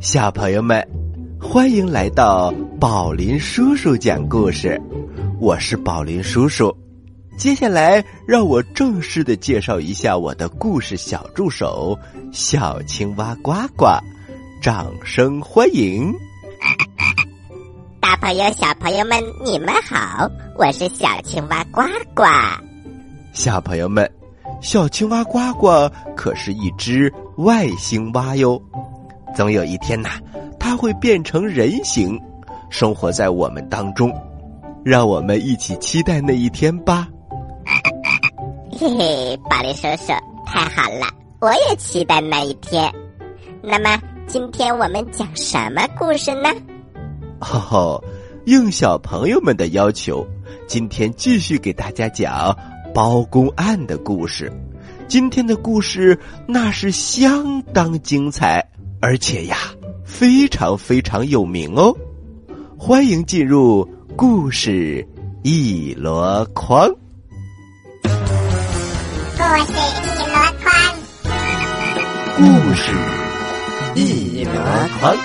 小朋友们，欢迎来到宝林叔叔讲故事。我是宝林叔叔。接下来让我正式的介绍一下我的故事小助手小青蛙呱呱，掌声欢迎。 大朋友小朋友们你们好，我是小青蛙呱呱。 小朋友们，小青蛙呱呱可是一只外星蛙哟，总有一天它会变成人形，生活在我们当中。让我们一起期待那一天吧。 嘿嘿，宝林叔叔，太好了，我也期待那一天。那么今天我们讲什么故事呢？ 应小朋友们的要求，今天继续给大家讲包公案的故事。今天的故事那是相当精彩，而且非常非常有名哦。欢迎进入故事一箩筐。 故事故事一一箩筐。 箩筐。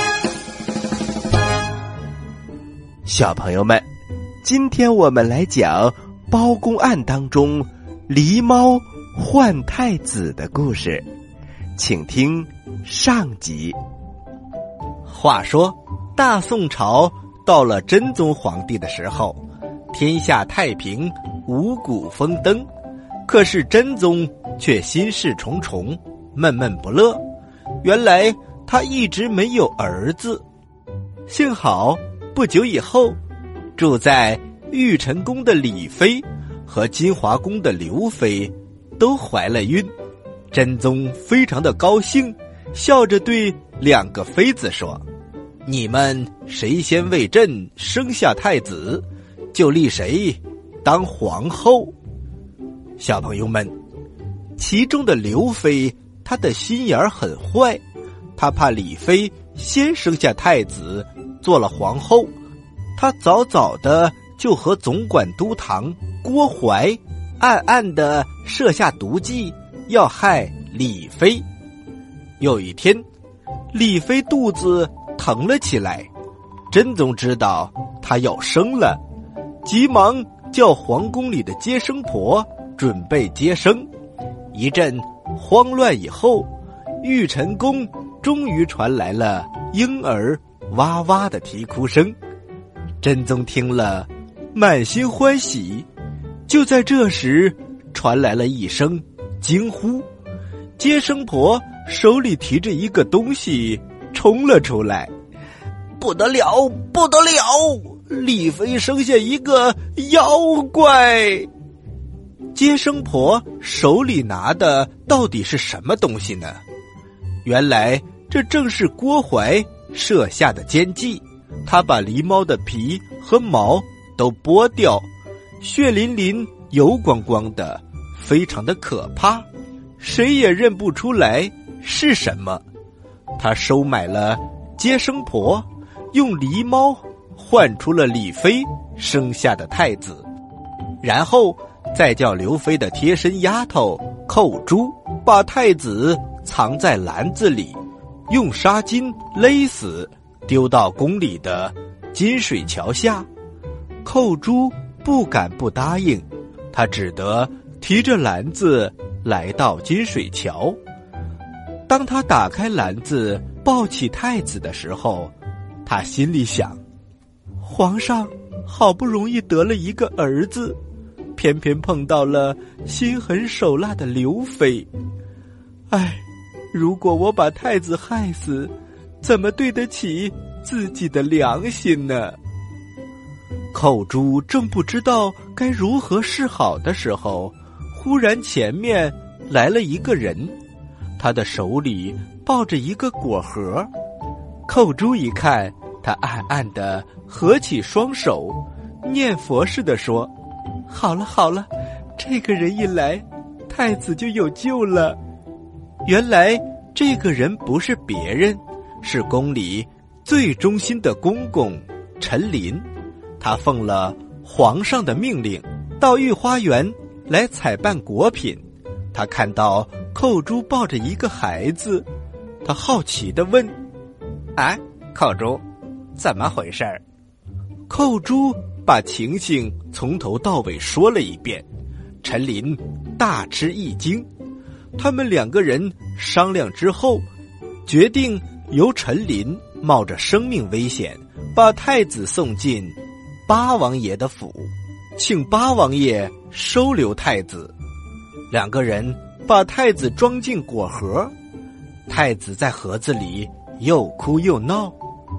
小朋友们，今天我们来讲包公案当中狸猫换太子的故事，请听上集。 话说大宋朝到了真宗皇帝的时候，天下太平，五谷丰登。可是真宗却心事重重，闷闷不乐。原来他一直没有儿子。幸好不久以后，住在玉成宫的李妃和金华宫的刘妃都怀了孕。真宗非常的高兴，笑着对两个妃子说：你们谁先为朕生下太子，就立谁当皇后。小朋友们，其中的刘妃她的心眼很坏，她怕李妃先生下太子做了皇后，她早早的就和总管督堂郭槐暗暗的设下毒计，要害李妃。有一天，李妃肚子疼了起来，真宗知道她要生了，急忙叫皇宫里的接生婆准备接生。一阵慌乱以后，玉成宫终于传来了婴儿哇哇的啼哭声。真宗听了满心欢喜。就在这时，传来了一声惊呼，接生婆手里提着一个东西冲了出来。不得了，不得了！李妃生下一个妖怪！接生婆手里拿的到底是什么东西呢？原来这正是郭槐设下的奸计。他把狸猫的皮和毛都剥掉，血淋淋油光光的，非常的可怕，谁也认不出来是什么。他收买了接生婆，用狸猫换出了李妃生下的太子，然后再叫刘妃的贴身丫头寇珠把太子藏在篮子里，用纱巾勒死，丢到宫里的金水桥下。寇珠不敢不答应，她只得提着篮子来到金水桥。当她打开篮子抱起太子的时候，她心里想，皇上好不容易得了一个儿子，偏偏碰到了心狠手辣的刘妃。如果我把太子害死，怎么对得起自己的良心呢？寇珠正不知道该如何是好的时候，忽然前面来了一个人，他的手里抱着一个果盒。寇珠一看，他暗暗地合起双手，念佛似的说：好了好了，这个人一来，太子就有救了。原来这个人不是别人，是宫里最忠心的公公陈琳。他奉了皇上的命令，到御花园来采办果品。他看到寇珠抱着一个孩子，他好奇地问： 啊，寇珠，怎么回事？寇珠把情形从头到尾说了一遍，陈琳大吃一惊。他们2个人商量之后，决定由陈琳冒着生命危险，把太子送进八王爷的府，请八王爷收留太子。2个人把太子装进果盒，太子在盒子里又哭又闹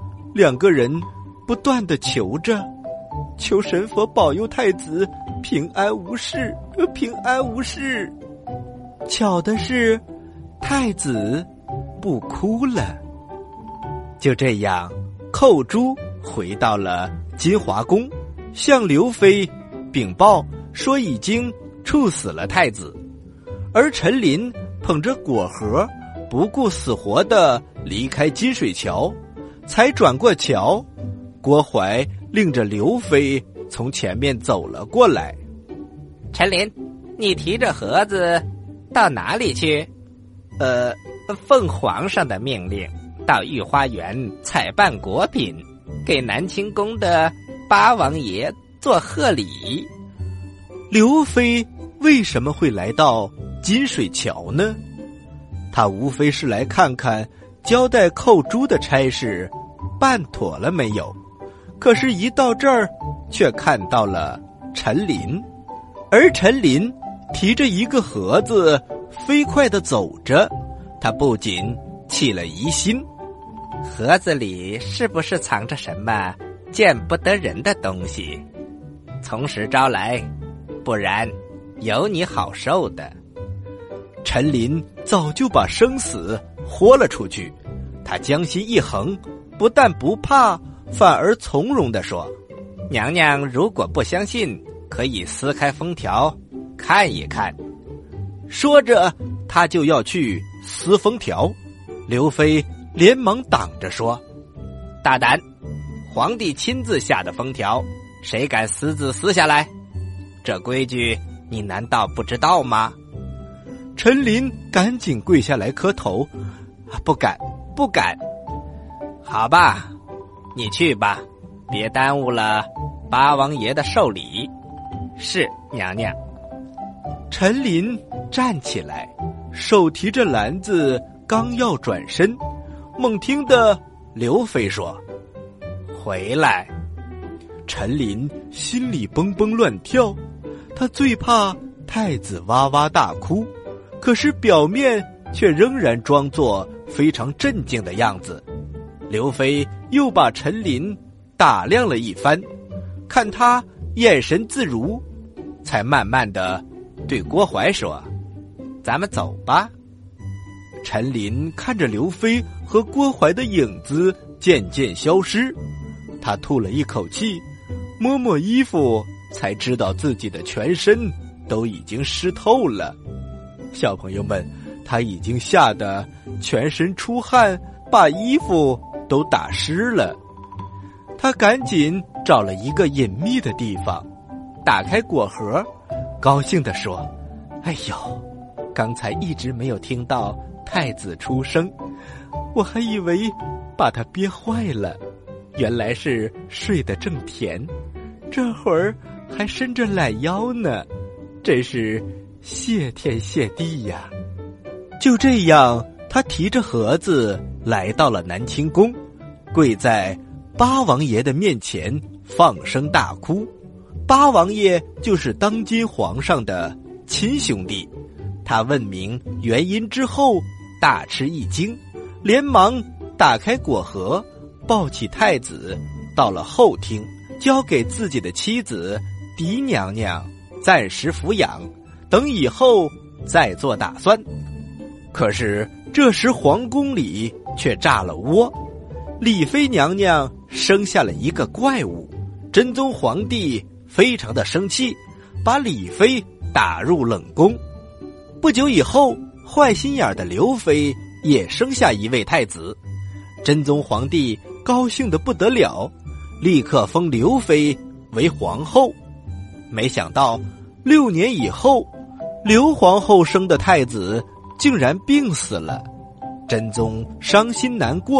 ，2个人不断地求着，求神佛保佑太子平安无事，平安无事。巧的是，太子不哭了。就这样，寇珠回到了金华宫，向刘妃禀报说已经处死了太子。而陈琳捧着果盒，不顾死活地离开金水桥，才转过桥，郭槐领着刘妃从前面走了过来。 陈琳，你提着盒子到哪里去？ 奉皇上的命令，到御花园采办果品，给南清宫的八王爷做贺礼。刘妃为什么会来到金水桥呢？他无非是来看看交代寇珠的差事办妥了没有，可是一到这儿却看到了陈琳，而陈琳提着一个盒子飞快地走着，他不仅起了疑心， 盒子里是不是藏着什么见不得人的东西？从实招来，不然有你好受的。 陈琳早就把生死豁了出去，他将心一横，不但不怕，反而从容地说： 娘娘如果不相信，可以撕开封条看一看。 说着他就要去撕封条，刘妃连忙挡着说： 大胆，皇帝亲自下的封条，谁敢私自撕下来？这规矩你难道不知道吗？ 陈琳赶紧跪下来磕头：不敢，不敢。 好吧，你去吧，别耽误了八王爷的寿礼。是，娘娘。 陈琳站起来，手提着篮子，刚要转身，猛听得刘妃说： 回来。 陈琳心里蹦蹦乱跳，他最怕太子哇哇大哭，可是表面却仍然装作非常镇静的样子。刘妃又把陈琳打量了一番，看他眼神自如，才慢慢地对郭槐说：咱们走吧。陈琳看着刘妃和郭槐的影子渐渐消失，他吐了一口气，摸摸衣服，才知道自己的全身都已经湿透了。小朋友们，他已经吓得全身出汗，把衣服都打湿了。他赶紧找了一个隐秘的地方，打开果盒，高兴地说：哎呦，刚才一直没有听到太子出声，我还以为把他憋坏了，原来是睡得正甜，这会儿还伸着懒腰呢，真是谢天谢地呀。就这样，他提着盒子来到了南清宫，跪在八王爷的面前放声大哭。八王爷就是当今皇上的亲兄弟，他问明原因之后大吃一惊，连忙打开果盒，抱起太子到了后厅，交给自己的妻子狄娘娘暂时抚养，等以后再做打算。可是这时皇宫里却炸了窝，李妃娘娘生下了一个怪物，真宗皇帝非常的生气，把李妃打入冷宫。不久以后，坏心眼的刘妃也生下一位太子，真宗皇帝高兴得不得了，立刻封刘妃为皇后。没想到6年以后，刘皇后生的太子竟然病死了，真宗伤心难过，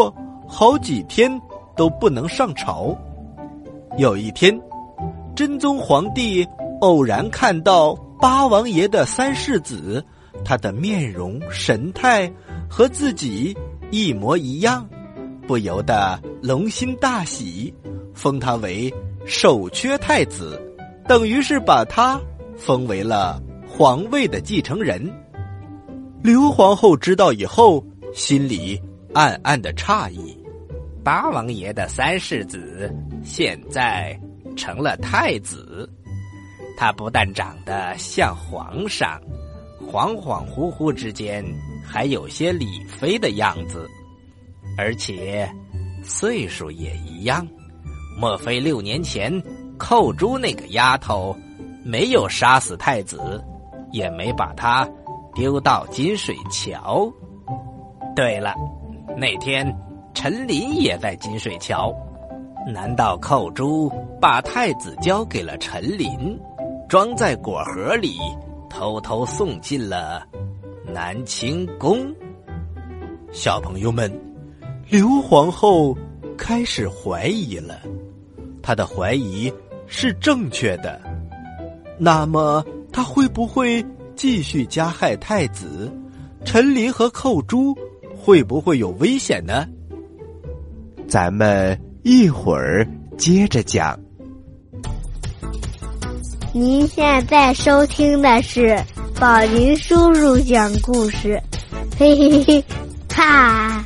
好几天都不能上朝。有一天，真宗皇帝偶然看到八王爷的三世子，他的面容神态和自己一模一样，不由得龙心大喜，封他为首缺太子，等于是把他封为了皇位的继承人。刘皇后知道以后，心里暗暗的诧异， 八王爷的三世子现在成了太子，他不但长得像皇上，恍恍惚惚之间还有些李妃的样子，而且岁数也一样。莫非6年前寇珠那个丫头没有杀死太子，也没把他丢到金水桥？对了，那天陈琳也在金水桥，难道寇珠把太子交给了陈琳，装在果盒里偷偷送进了南清宫？ 小朋友们，刘皇后开始怀疑了，她的怀疑是正确的。那么她会不会继续加害太子？陈琳和寇珠会不会有危险呢？ 咱们一会儿接着讲。 您现在收听的是宝林叔叔讲故事，嘿嘿嘿哈！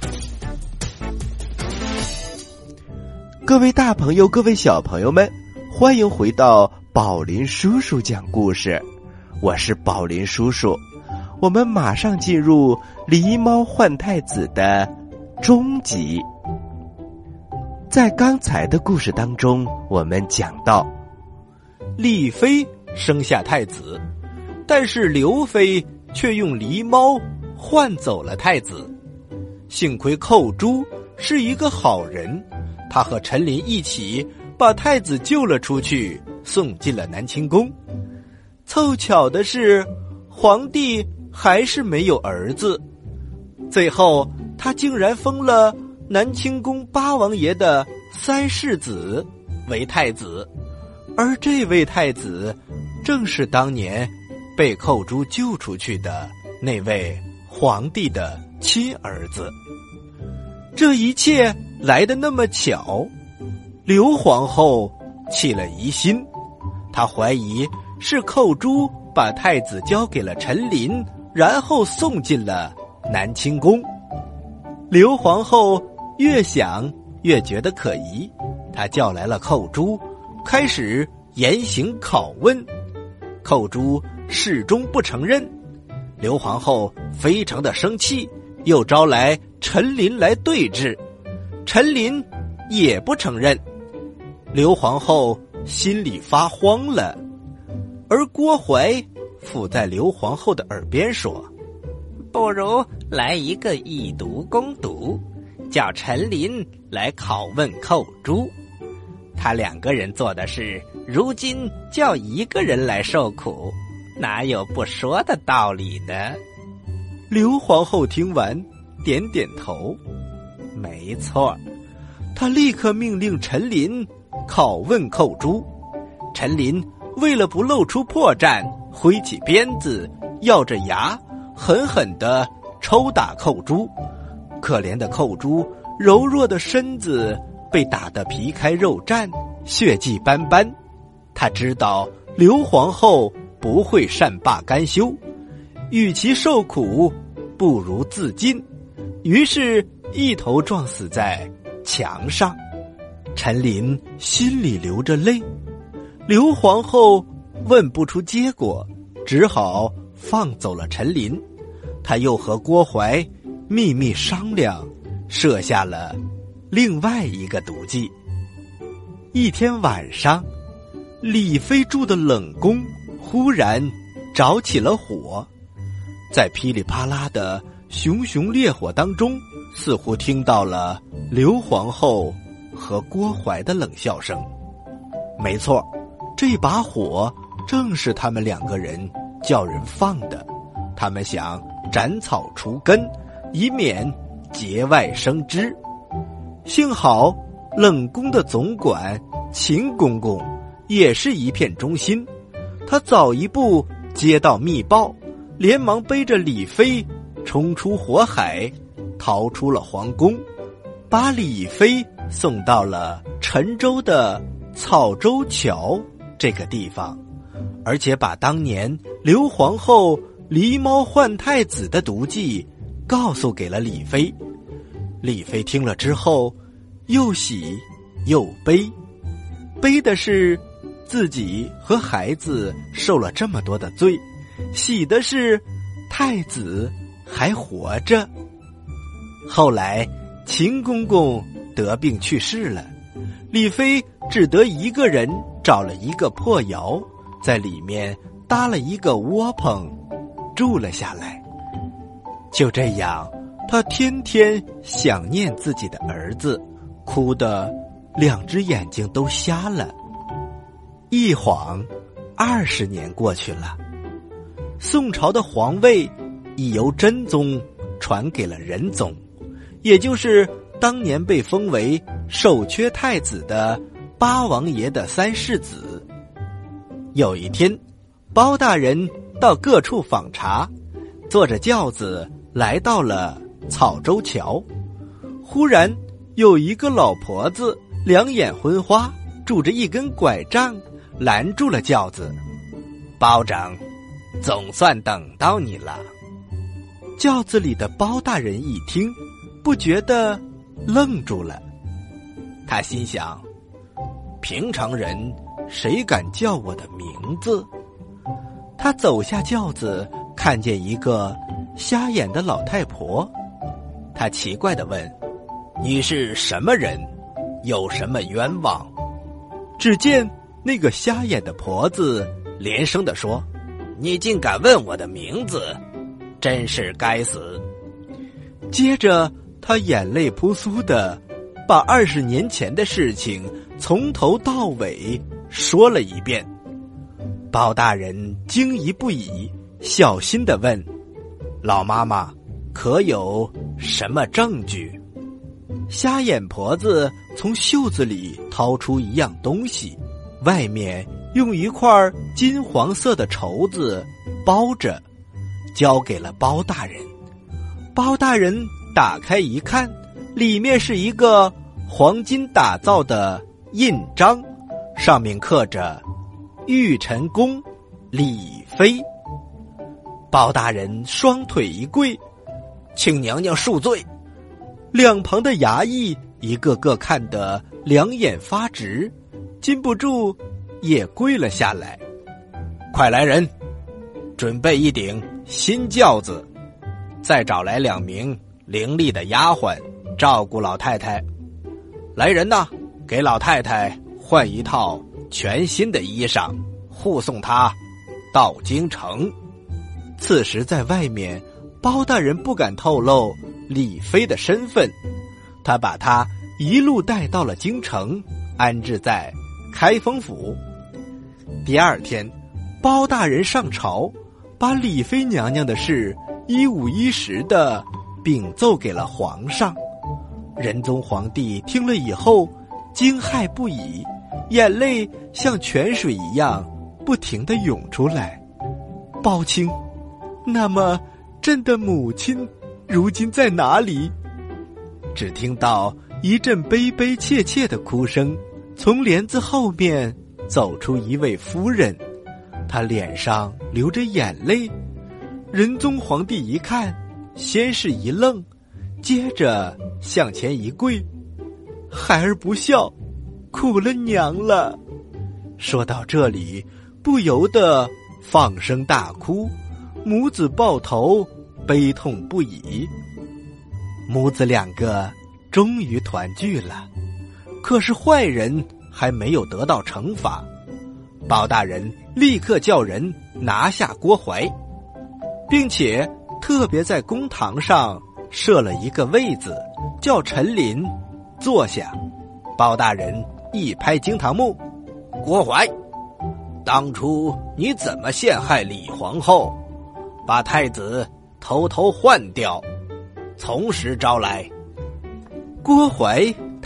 各位大朋友，各位小朋友们，欢迎回到宝林叔叔讲故事。我是宝林叔叔，我们马上进入狸猫换太子的终集。在刚才的故事当中，我们讲到丽妃生下太子，但是刘妃却用狸猫换走了太子。幸亏寇珠是一个好人，他和陈琳一起把太子救了出去，送进了南清宫。凑巧的是，皇帝还是没有儿子，最后他竟然封了南清宫八王爷的三世子为太子，而这位太子正是当年被寇珠救出去的那位皇帝的亲儿子。这一切来得那么巧，刘皇后起了疑心，她怀疑是寇珠把太子交给了陈琳，然后送进了南清宫。刘皇后越想越觉得可疑，她叫来了寇珠，开始严刑拷问。寇珠始终不承认，刘皇后非常的生气，又招来陈琳来对峙，陈琳也不承认。刘皇后心里发慌了，而郭槐附在刘皇后的耳边说： 不如来一个以毒攻毒，叫陈琳来拷问寇珠。他2个人做的事，如今叫一个人来受苦，哪有不说的道理呢？ 刘皇后听完点点头， 没错。 她立刻命令陈琳拷问寇珠。陈琳为了不露出破绽，挥起鞭子，咬着牙，狠狠地抽打寇珠。可怜的寇珠柔弱的身子被打得皮开肉绽，血迹斑斑。他知道刘皇后不会善罢甘休，与其受苦，不如自尽，于是一头撞死在墙上。陈琳心里流着泪，刘皇后问不出结果，只好放走了陈琳。他又和郭槐秘密商量，设下了另外一个毒计。一天晚上，李妃住的冷宫忽然着起了火，在噼里啪啦的熊熊烈火当中，似乎听到了刘皇后和郭槐的冷笑声。没错，这把火正是他们2个人叫人放的，他们想斩草除根，以免节外生枝。 幸好冷宫的总管秦公公也是一片忠心，他早一步接到密报，连忙背着李妃冲出火海，逃出了皇宫，把李妃送到了陈州的草州桥这个地方，而且把当年刘皇后狸猫换太子的毒计告诉给了李妃。李妃听了之后，又喜又悲，悲的是自己和孩子受了这么多的罪，喜的是太子还活着。后来秦公公得病去世了，李妃只得一个人找了一个破窑，在里面搭了一个窝棚住了下来。就这样，她天天想念自己的儿子，哭得两只眼睛都瞎了。一晃20年过去了，宋朝的皇位已由真宗传给了仁宗，也就是当年被封为首缺太子的八王爷的三世子。有一天，包大人到各处访查，坐着轿子来到了草州桥，忽然有一个老婆子两眼昏花，拄着一根拐杖拦住了轿子。 包拯，总算等到你了。 轿子里的包大人一听，不觉得愣住了。他心想，平常人谁敢叫我的名字？他走下轿子，看见一个瞎眼的老太婆，他奇怪地问， 你是什么人，有什么冤枉？ 只见那个瞎眼的婆子连声地说， 你竟敢问我的名字，真是该死。 接着他眼泪扑簌地把20年前的事情从头到尾说了一遍。包大人惊疑不已，小心地问，老妈妈，可有什么证据？瞎眼婆子从袖子里掏出一样东西，外面用一块金黄色的绸子包着，交给了包大人。包大人打开一看，里面是一个黄金打造的印章，上面刻着玉宸宫李妃。包大人双腿一跪， 请娘娘恕罪。 两旁的衙役一个个看得两眼发直，禁不住也跪了下来。 快来人，准备一顶新轿子，再找来2名伶俐的丫鬟照顾老太太。来人呐，给老太太换一套全新的衣裳，护送她到京城。 此时在外面，包大人不敢透露李妃的身份，他把她一路带到了京城，安置在开封府。第二天，包大人上朝，把李妃娘娘的事一五一十地禀奏给了皇上。仁宗皇帝听了以后惊骇不已，眼泪像泉水一样不停地涌出来。包卿，那么朕的母亲如今在哪里？只听到一阵悲悲切切的哭声，从帘子后面走出一位夫人，她脸上流着眼泪。仁宗皇帝一看，先是一愣，接着向前一跪，孩儿不孝，苦了娘了。说到这里，不由得放声大哭，母子抱头悲痛不已。母子2个终于团聚了，可是坏人还没有得到惩罚。包大人立刻叫人拿下郭槐，并且特别在公堂上设了一个位子，叫陈琳坐下。包大人一拍惊堂木， 郭槐，当初你怎么陷害李皇后，把太子偷偷换掉，从实招来。 郭槐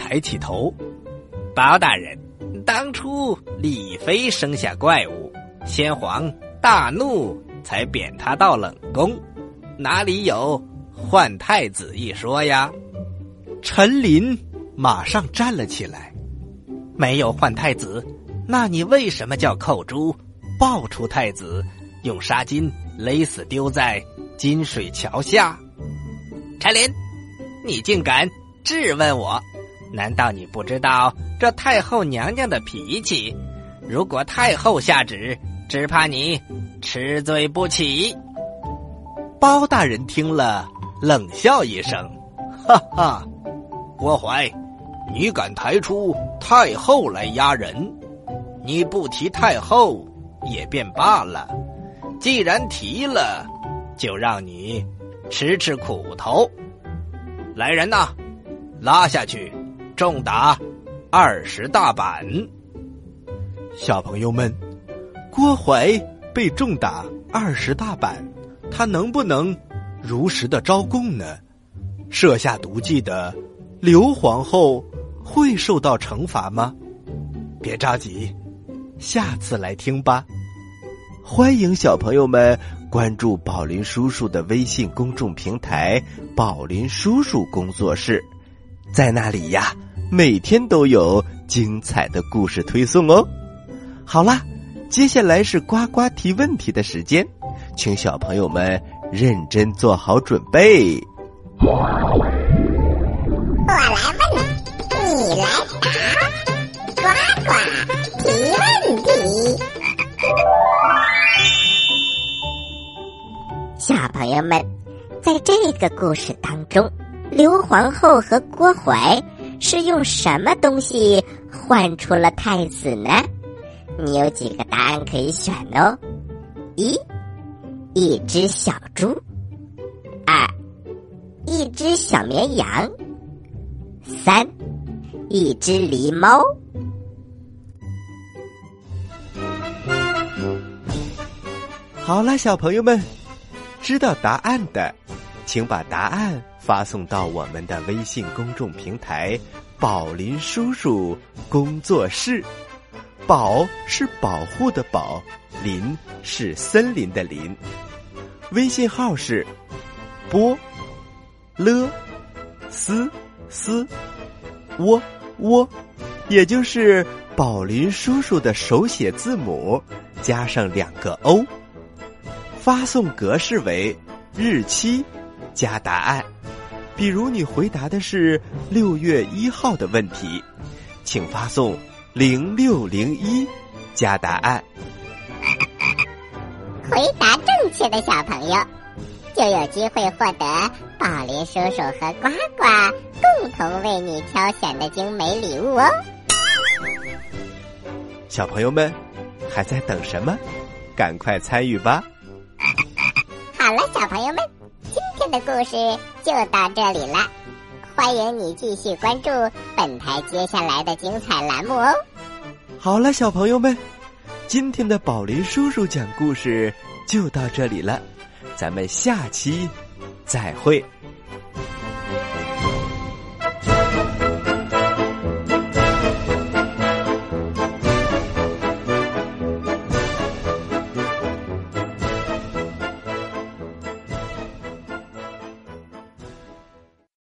抬起头。包大人，当初李妃生下怪物，先皇大怒，才贬他到冷宫，哪里有换太子一说呀？ 陈琳马上站了起来。 没有换太子，那你为什么叫寇珠抱出太子，用纱巾勒死丢在金水桥下？陈琳，你竟敢质问我？难道你不知道这太后娘娘的脾气？如果太后下旨，只怕你吃罪不起。 包大人听了冷笑一声， 哈哈，郭槐，你敢抬出太后来压人？你不提太后也便罢了，既然提了，就让你吃吃苦头。来人呐，拉下去，重打20大板。 小朋友们，郭槐被重打20大板，他能不能如实的招供呢？设下毒计的刘皇后会受到惩罚吗？别着急，下次来听吧。 欢迎小朋友们关注宝林叔叔的微信公众平台宝林叔叔工作室，在那里呀，每天都有精彩的故事推送哦。好啦，接下来是呱呱提问题的时间，请小朋友们认真做好准备。 我来问，你来答，呱呱提问题。小朋友们，在这个故事当中，刘皇后和郭槐是用什么东西换出了太子呢？你有几个答案可以选哦。一只小猪；2，一只小绵羊；3，一只狸猫。 好了，小朋友们，知道答案的，请把答案发送到我们的微信公众平台宝林叔叔工作室。宝是保护的宝，林是森林的林。微信号是波了斯斯窝窝，也就是宝林叔叔的手写字母加上2个 O。发送格式为日期加答案，比如你回答的是6月1号的问题，请发送0601加答案。 回答正确的小朋友就有机会获得宝林叔叔和呱呱共同为你挑选的精美礼物哦。 小朋友们还在等什么？赶快参与吧。 好了，小朋友们，今天的故事就到这里了，欢迎你继续关注本台接下来的精彩栏目哦。 好了，小朋友们，今天的宝林叔叔讲故事就到这里了，咱们下期再会。